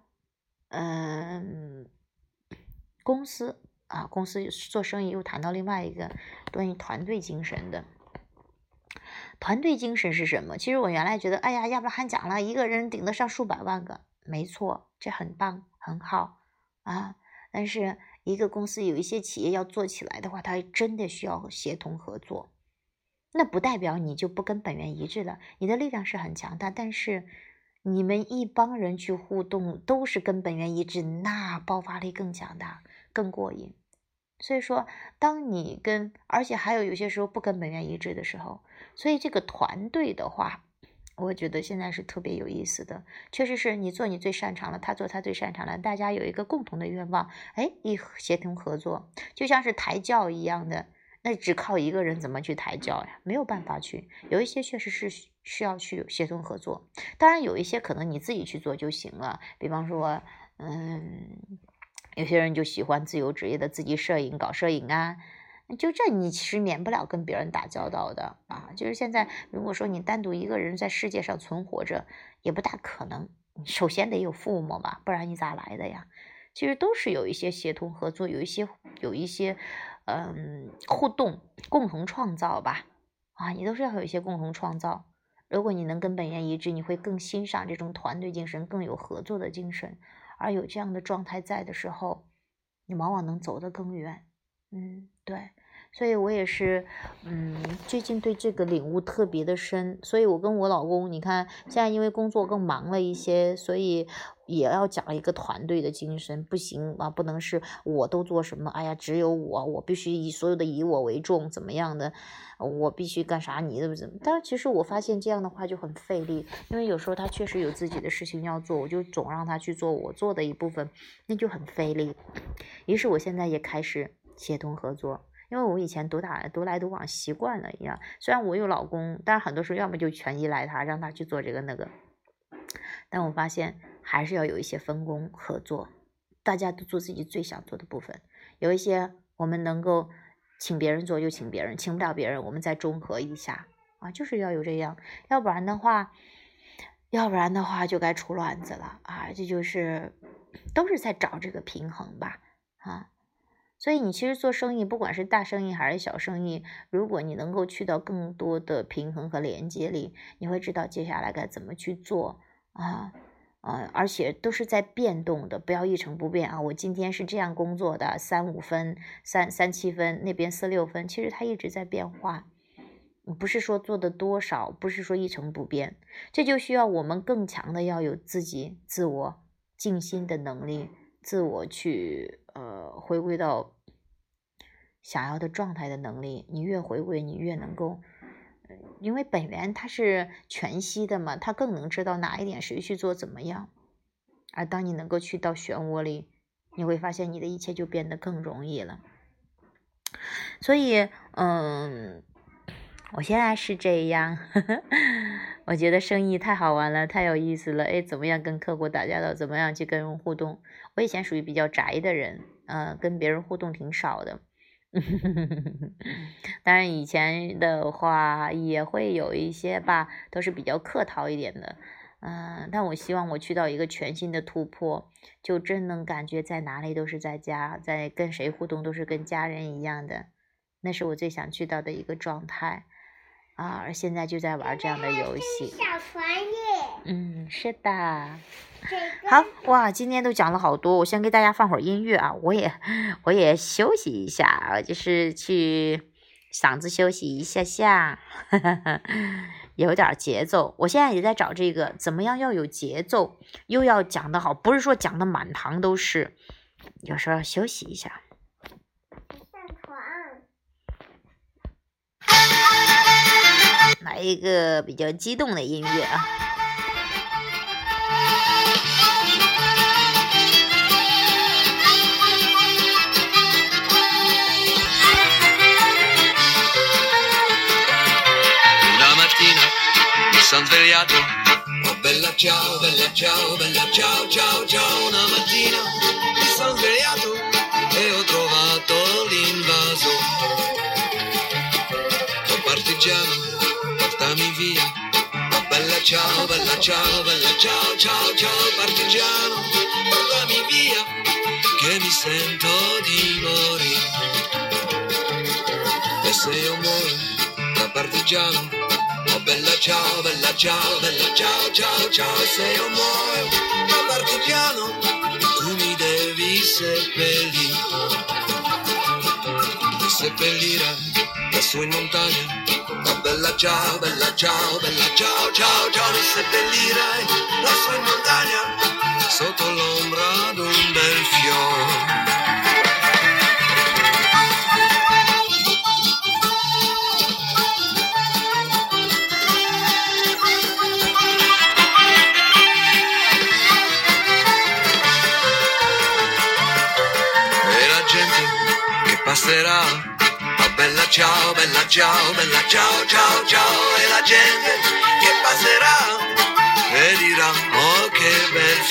公司公司做生意又谈到另外一个关于团队精神的。团队精神是什么？其实我原来觉得，哎呀，亚伯拉罕讲了，一个人顶得上数百万个，没错，这很棒，很好啊。但是一个公司有一些企业要做起来的话，它真的需要协同合作。那不代表你就不跟本源一致了，你的力量是很强大，但是你们一帮人去互动，都是跟本源一致，那爆发力更强大，更过瘾。所以说，当你而且还有些时候不跟本源一致的时候，所以这个团队的话， 我觉得现在是特别有意思的，确实是你做你最擅长的，他做他最擅长的，大家有一个共同的愿望，哎，一协同合作，就像是抬轿一样的，那只靠一个人怎么去抬轿呀？没有办法去，有一些确实是需要去协同合作，当然有一些可能你自己去做就行了，比方说，有些人就喜欢自由职业的，自己摄影搞摄影啊。就这你其实免不了跟别人打交道的啊，就是现在如果说你单独一个人在世界上存活着，也不大可能，首先得有父母嘛，不然你咋来的呀？其实都是有一些协同合作，有一些互动，共同创造吧，啊，你都是要有一些共同创造。如果你能跟本源一致，你会更欣赏这种团队精神，更有合作的精神，而有这样的状态在的时候，你往往能走得更远。对，所以我也是，最近对这个领悟特别的深，所以我跟我老公，你看现在因为工作更忙了一些，所以也要讲一个团队的精神，不行啊，不能是我都做什么，哎呀，只有我必须所有的以我为重，怎么样的，我必须干啥，你怎么？但是其实我发现这样的话就很费力，因为有时候他确实有自己的事情要做，我就总让他去做我做的一部分，那就很费力。于是我现在也开始协同合作。因为我以前独来独往习惯了一样，虽然我有老公，但是很多时候要么就全依赖他，让他去做这个那个，但我发现还是要有一些分工合作，大家都做自己最想做的部分，有一些我们能够请别人做就请别人，请不了别人我们再中和一下啊，就是要有这样，要不然的话就该出乱子了啊，这就是都是在找这个平衡吧啊。所以你其实做生意，不管是大生意还是小生意，如果你能够去到更多的平衡和连接里，你会知道接下来该怎么去做啊，而且都是在变动的，不要一成不变啊。我今天是这样工作的，3-5分、3-7分，那边4-6分，其实它一直在变化，不是说做的多少，不是说一成不变，这就需要我们更强的要有自我静心的能力。自我去回归到想要的状态的能力，你越回归，你越能够，因为本源它是全息的嘛，它更能知道哪一点谁去做怎么样。而当你能够去到漩涡里，你会发现你的一切就变得更容易了。所以，我现在是这样，我觉得生意太好玩了，太有意思了。哎，怎么样跟客户打交道，怎么样去跟人互动？我以前属于比较宅的人，跟别人互动挺少的。当然以前的话也会有一些吧，都是比较客套一点的。但我希望我去到一个全新的突破，就真能感觉在哪里都是在家，在跟谁互动都是跟家人一样的，那是我最想去到的一个状态。而现在就在玩这样的游戏。 小船耶。 是的。好哇，今天都讲了好多，我先给大家放会儿音乐啊，我也休息一下，就是去嗓子休息一下下，有点节奏。我现在也在找这个怎么样要有节奏，又要讲得好，不是说讲的满堂都是，有时候要休息一下。来一个比较激动的音乐啊。 Una mattina mi son svegliato, oh bella ciao, bella ciao, bella ciao, ciao, ciao. Una mattina mi son svegliato e ho trovato l'invaso. Oh partigiano, portami via, oh bella ciao, bella ciao, bella ciao, ciao, ciao. Partigiano, portami via, che mi sento di morire. E se io muoio da partigiano, oh bella ciao, bella ciao, bella ciao, ciao, ciao. E se io muoio da partigiano, tu mi devi seppellire. Mi seppellirai lassù in montagna, oh bella ciao, bella ciao, bella ciao, ciao, ciao. Mi seppellirai lassù in montagna, sotto l'ombra d'un bel fiore. ciao, bella ciao, bella ciao, ciao, ciao. E la gente che passerà e dirà, oh che bel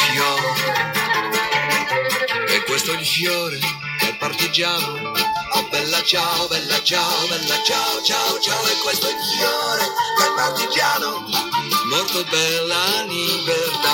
fiore. E questo è il fiore del partigiano. Oh bella ciao, bella ciao, bella ciao, ciao, ciao. E questo è il fiore del partigiano, morto per la libertà.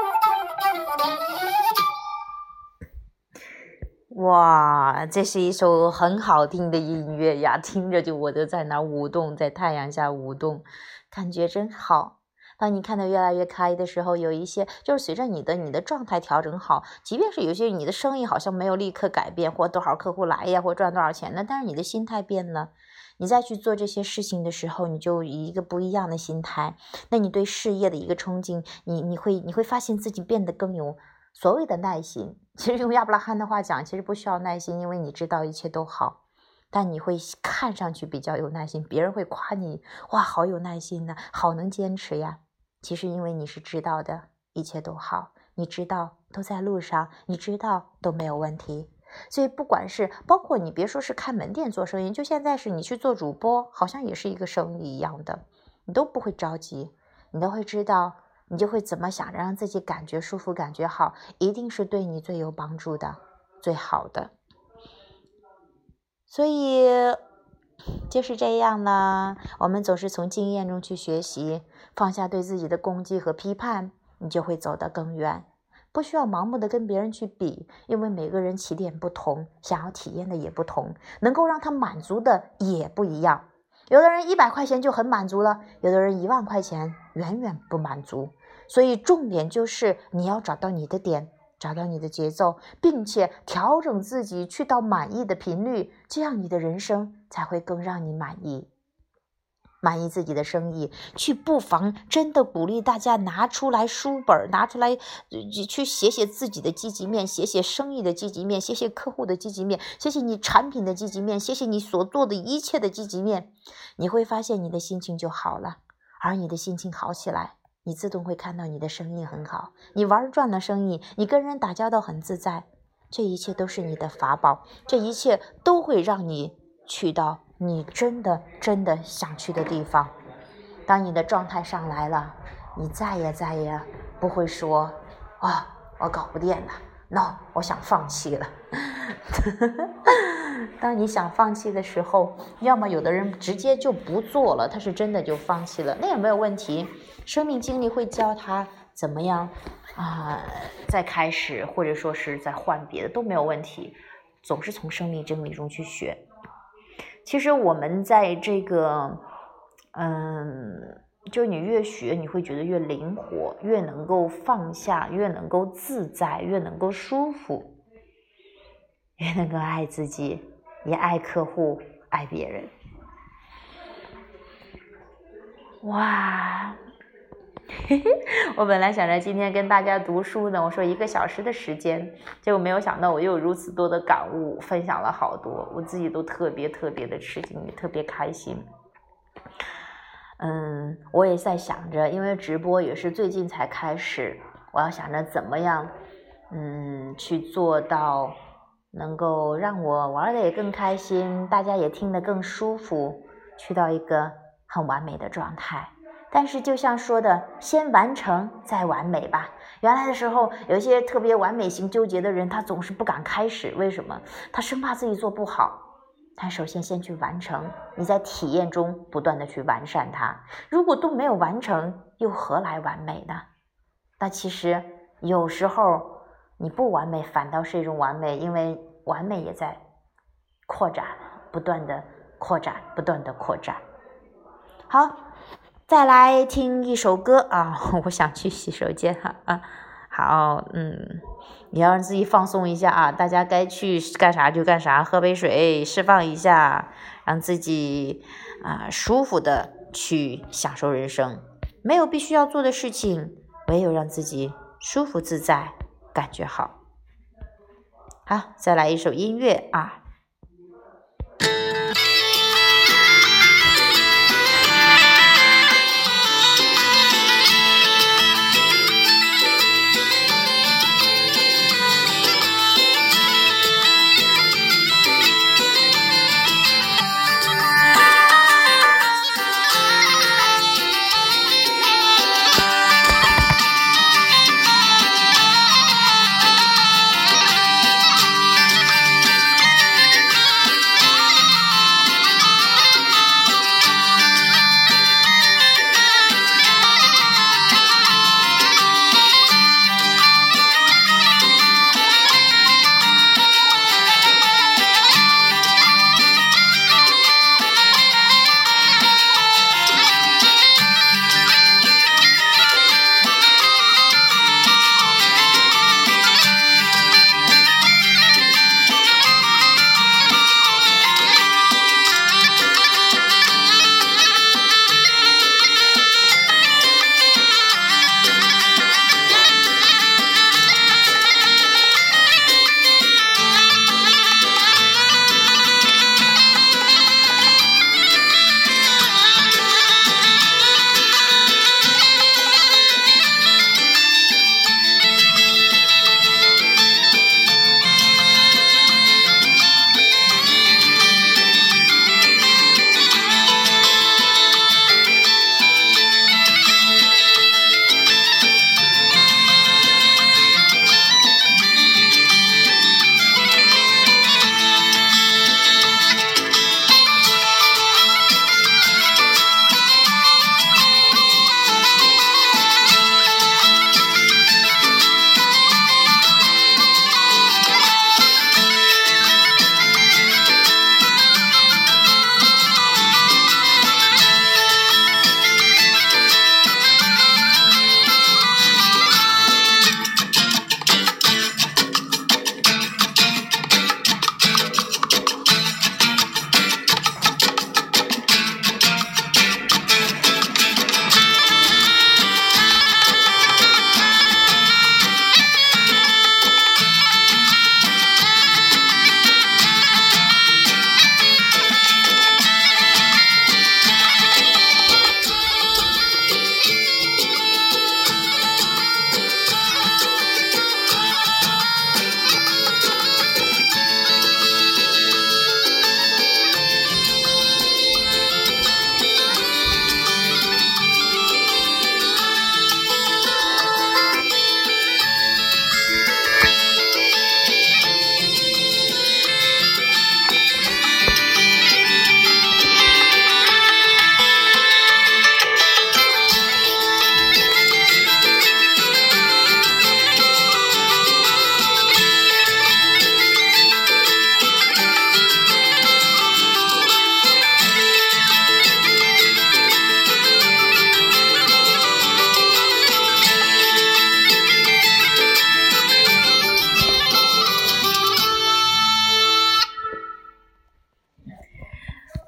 哇，这是一首很好听的音乐呀，听着就我都在那舞动，在太阳下舞动，感觉真好。当你看得越来越开的时候，有一些就是随着你的状态调整好，即便是有些你的生意好像没有立刻改变，或多少客户来呀，或赚多少钱呢，但是你的心态变了，你再去做这些事情的时候，你就以一个不一样的心态，那你对事业的一个冲劲，你会发现自己变得更有所谓的耐心。其实用亚伯拉罕的话讲，其实不需要耐心，因为你知道一切都好，但你会看上去比较有耐心，别人会夸你，哇，好有耐心呢，好能坚持呀。其实因为你是知道的一切都好，你知道都在路上，你知道都没有问题。所以不管是包括你别说是开门店做生意，就现在是你去做主播，好像也是一个生意一样的，你都不会着急，你都会知道，你就会怎么想着让自己感觉舒服感觉好，一定是对你最有帮助的最好的。所以就是这样呢，我们总是从经验中去学习，放下对自己的攻击和批判，你就会走得更远。不需要盲目的跟别人去比，因为每个人起点不同，想要体验的也不同，能够让他满足的也不一样。有的人100块钱就很满足了，有的人1万块钱远远不满足。所以重点就是你要找到你的点，找到你的节奏，并且调整自己去到满意的频率，这样你的人生才会更让你满意。满意自己的生意，去不妨真的鼓励大家拿出来书本，拿出来去写写自己的积极面，写写生意的积极面，写写客户的积极面，写写你产品的积极面，写写你所做的一切的积极面，你会发现你的心情就好了。而你的心情好起来，你自动会看到你的生意很好，你玩转了生意，你跟人打交道很自在，这一切都是你的法宝，这一切都会让你去到你真的想去的地方。当你的状态上来了，你再也不会说我搞不定了 ，no， 我想放弃了。当你想放弃的时候，要么有的人直接就不做了，他是真的就放弃了，那也没有问题。生命经历会教他怎么样再开始，或者说是再换别的都没有问题，总是从生命经历中去学。其实我们在这个就你越学，你会觉得越灵活，越能够放下，越能够自在，越能够舒服，越能够爱自己，也爱客户，爱别人。哇我本来想着今天跟大家读书呢，我说1个小时的时间，结果没有想到我又有如此多的感悟，分享了好多，我自己都特别的吃惊，也特别开心。我也在想着，因为直播也是最近才开始，我要想着怎么样去做到能够让我玩的也更开心，大家也听得更舒服，去到一个很完美的状态。但是就像说的，先完成再完美吧。原来的时候有一些特别完美型纠结的人，他总是不敢开始，为什么？他生怕自己做不好。但首先先去完成，你在体验中不断的去完善它。如果都没有完成，又何来完美呢？那其实有时候你不完美反倒是一种完美，因为完美也在扩展，不断的扩展。好，再来听一首歌我想去洗手间好，也要让自己放松一下大家该去干啥就干啥，喝杯水释放一下，让自己舒服的去享受人生。没有必须要做的事情，唯有让自己舒服自在，感觉好。好，再来一首音乐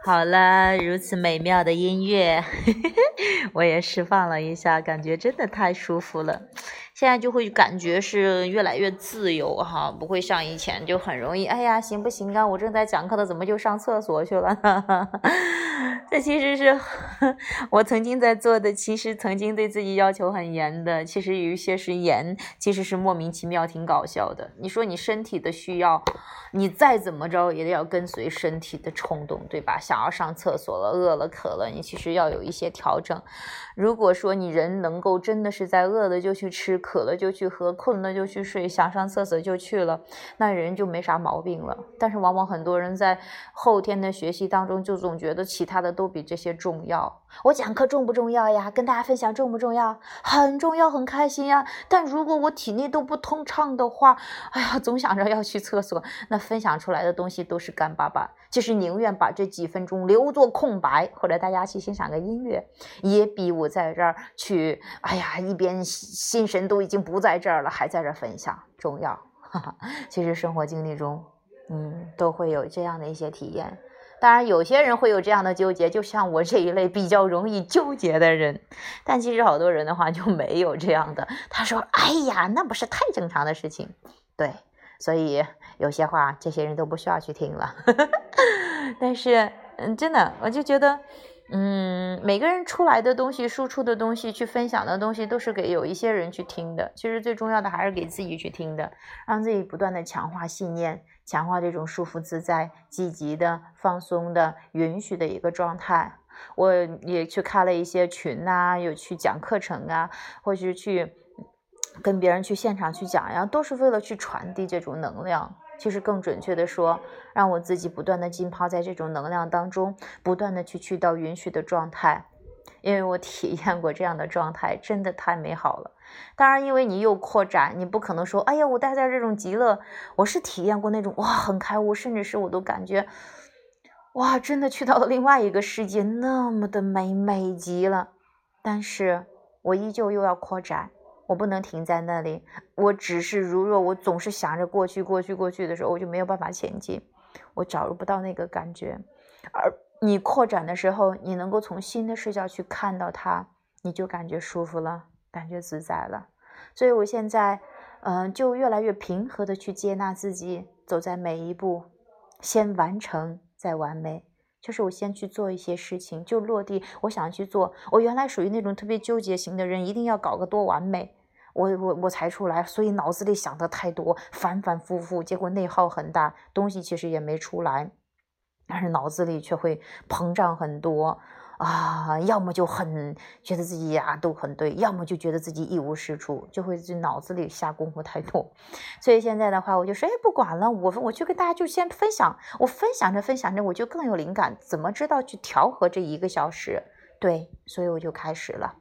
好了，如此美妙的音乐我也释放了一下，感觉真的太舒服了。现在就会感觉是越来越自由哈，不会像以前就很容易，哎呀行不行啊，我正在讲课的怎么就上厕所去了呢？这其实是我曾经在做的，其实曾经对自己要求很严的，其实有一些是严，其实是莫名其妙挺搞笑的。你说你身体的需要，你再怎么着也得要跟随身体的冲动，对吧？想要上厕所了，饿了渴了，你其实要有一些调整。如果说你人能够真的是在饿了就去吃，渴了就去喝，困了就去睡，想上厕所就去了，那人就没啥毛病了。但是往往很多人在后天的学习当中就总觉得其他的都比这些重要。我讲课重不重要呀？跟大家分享重不重要？很重要，很开心呀。但如果我体内都不通畅的话，哎呀，总想着要去厕所，那分享出来的东西都是干巴巴。就是宁愿把这几分钟留作空白，或者大家去欣赏个音乐，也比我在这儿去，哎呀，一边心神都已经不在这儿了，还在这儿分享重要。其实生活经历中，都会有这样的一些体验。当然有些人会有这样的纠结，就像我这一类比较容易纠结的人，但其实好多人的话就没有这样的。他说哎呀，那不是太正常的事情。对，所以有些话这些人都不需要去听了。但是真的我就觉得每个人出来的东西，输出的东西，去分享的东西，都是给有一些人去听的。其实最重要的还是给自己去听的，让自己不断的强化信念，强化这种舒服自在、积极的、放松的、允许的一个状态。我也去开了一些群啊，有去讲课程啊，或是去跟别人去现场去讲呀，都是为了去传递这种能量。其实更准确的说，让我自己不断的浸泡在这种能量当中，不断的去到允许的状态。因为我体验过这样的状态，真的太美好了。当然因为你又扩展，你不可能说哎呀我待在这种极乐，我是体验过那种哇很开悟，甚至是我都感觉哇真的去到了另外一个世界，那么的美极了。但是我依旧又要扩展，我不能停在那里，我只是如若我总是想着过去的时候，我就没有办法前进，我找不到那个感觉。而你扩展的时候，你能够从新的视角去看到它，你就感觉舒服了，感觉自在了。所以我现在就越来越平和的去接纳自己，走在每一步，先完成再完美。就是我先去做一些事情，就落地我想去做。我原来属于那种特别纠结型的人，一定要搞个多完美我才出来，所以脑子里想的太多，反复，结果内耗很大，东西其实也没出来，但是脑子里却会膨胀很多啊，要么就很觉得自己呀都很对，要么就觉得自己一无是处，就会在脑子里下功夫太多。所以现在的话，我就说不管了，我去跟大家就先分享，我分享着，我就更有灵感，怎么知道去调和这1个小时？对，所以我就开始了。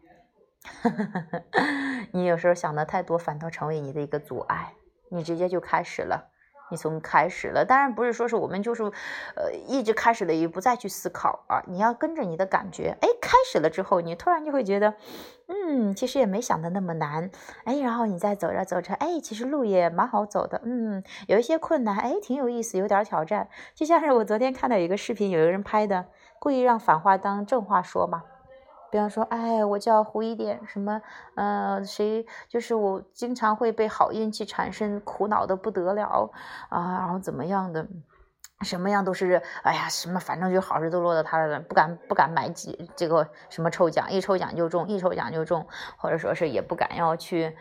你有时候想的太多，反倒成为你的一个阻碍，你直接就开始了。你从开始了，当然不是说是我们就是一直开始了也不再去思考啊，你要跟着你的感觉，开始了之后你突然就会觉得其实也没想的那么难，然后你再走着其实路也蛮好走的，有一些困难挺有意思，有点挑战。就像是我昨天看到有一个视频，有一个人拍的，故意让反话当正话说嘛。比方说我叫胡一点什么谁就是我经常会被好运气产生苦恼的不得了啊，然后怎么样的什么样都是什么反正就好事都落到他了，不敢买这个什么抽奖，一抽奖就中，或者说是也不敢要去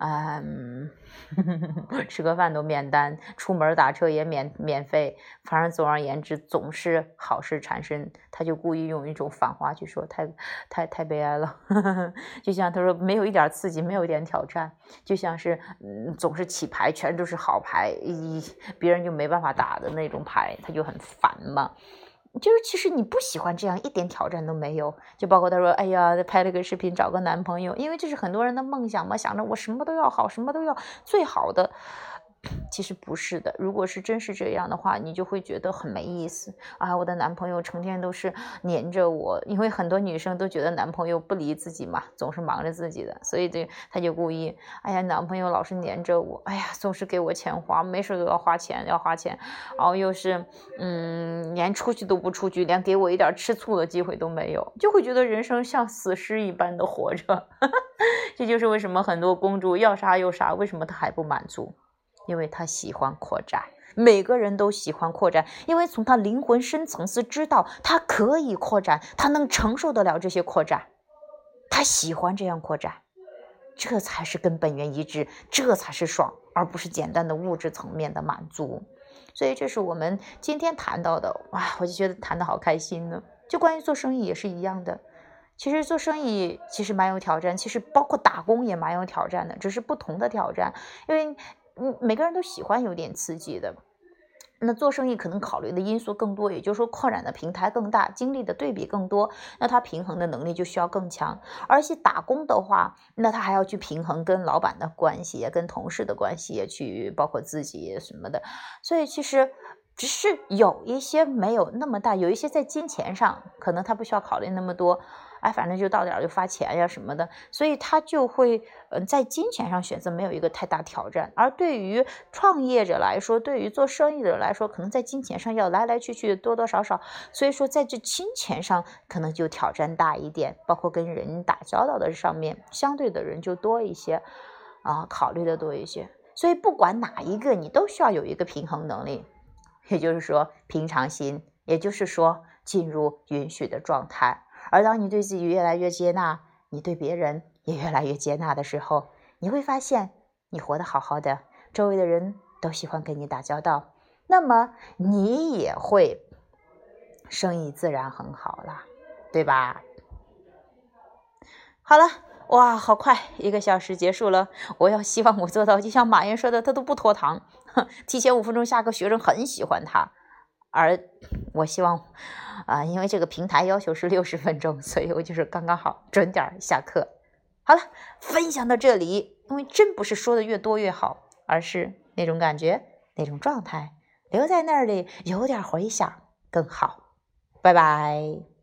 吃个饭都免单，出门打车也免费，反正总而言之总是好事缠身。他就故意用一种反话去说，太悲哀了。就像他说没有一点刺激，没有一点挑战，就像是总是起牌全都是好牌，别人就没办法打的那种牌，他就很烦嘛。就是其实你不喜欢这样，一点挑战都没有。就包括他说拍了个视频找个男朋友，因为这是很多人的梦想嘛，想着我什么都要好，什么都要最好的， 其实不是的，如果是真是这样的话，你就会觉得很没意思啊！我的男朋友成天都是黏着我，因为很多女生都觉得男朋友不理自己嘛，总是忙着自己的，所以他就故意，哎呀，男朋友老是黏着我，哎呀，总是给我钱花，没事都要花钱，然后又是连出去都不出去，连给我一点吃醋的机会都没有，就会觉得人生像死尸一般的活着。这就是为什么很多公主要啥有啥，为什么她还不满足？因为她喜欢扩展，每个人都喜欢扩展，因为从她灵魂深层次知道她可以扩展，她能承受得了这些扩展，她喜欢这样扩展，这才是跟本源一致，这才是爽，而不是简单的物质层面的满足。所以这是我们今天谈到的，哇，我就觉得谈得好开心呢。就关于做生意也是一样的，其实做生意其实蛮有挑战，其实包括打工也蛮有挑战的，只是不同的挑战，因为每个人都喜欢有点刺激的。那做生意可能考虑的因素更多，也就是说扩展的平台更大，经历的对比更多，那他平衡的能力就需要更强。而且打工的话，那他还要去平衡跟老板的关系，跟同事的关系，去包括自己什么的。所以其实只是有一些没有那么大，有一些在金钱上可能他不需要考虑那么多，哎，反正就到点就发钱呀什么的，所以他就会在金钱上选择没有一个太大挑战。而对于创业者来说，对于做生意的人来说，可能在金钱上要来来去去多多少少，所以说在这金钱上可能就挑战大一点，包括跟人打交道的上面，相对的人就多一些考虑的多一些。所以不管哪一个，你都需要有一个平衡能力，也就是说平常心，也就是说进入允许的状态。而当你对自己越来越接纳，你对别人也越来越接纳的时候，你会发现你活得好好的，周围的人都喜欢跟你打交道，那么你也会生意自然很好了，对吧？好了，哇，好快，1个小时结束了。我要希望我做到，就像马云说的，他都不拖堂，提前5分钟下课，学生很喜欢他。而我希望因为这个平台要求是60分钟，所以我就是刚刚好准点下课。好了，分享到这里，因为真不是说的越多越好，而是那种感觉，那种状态留在那里，有点回响更好。拜拜。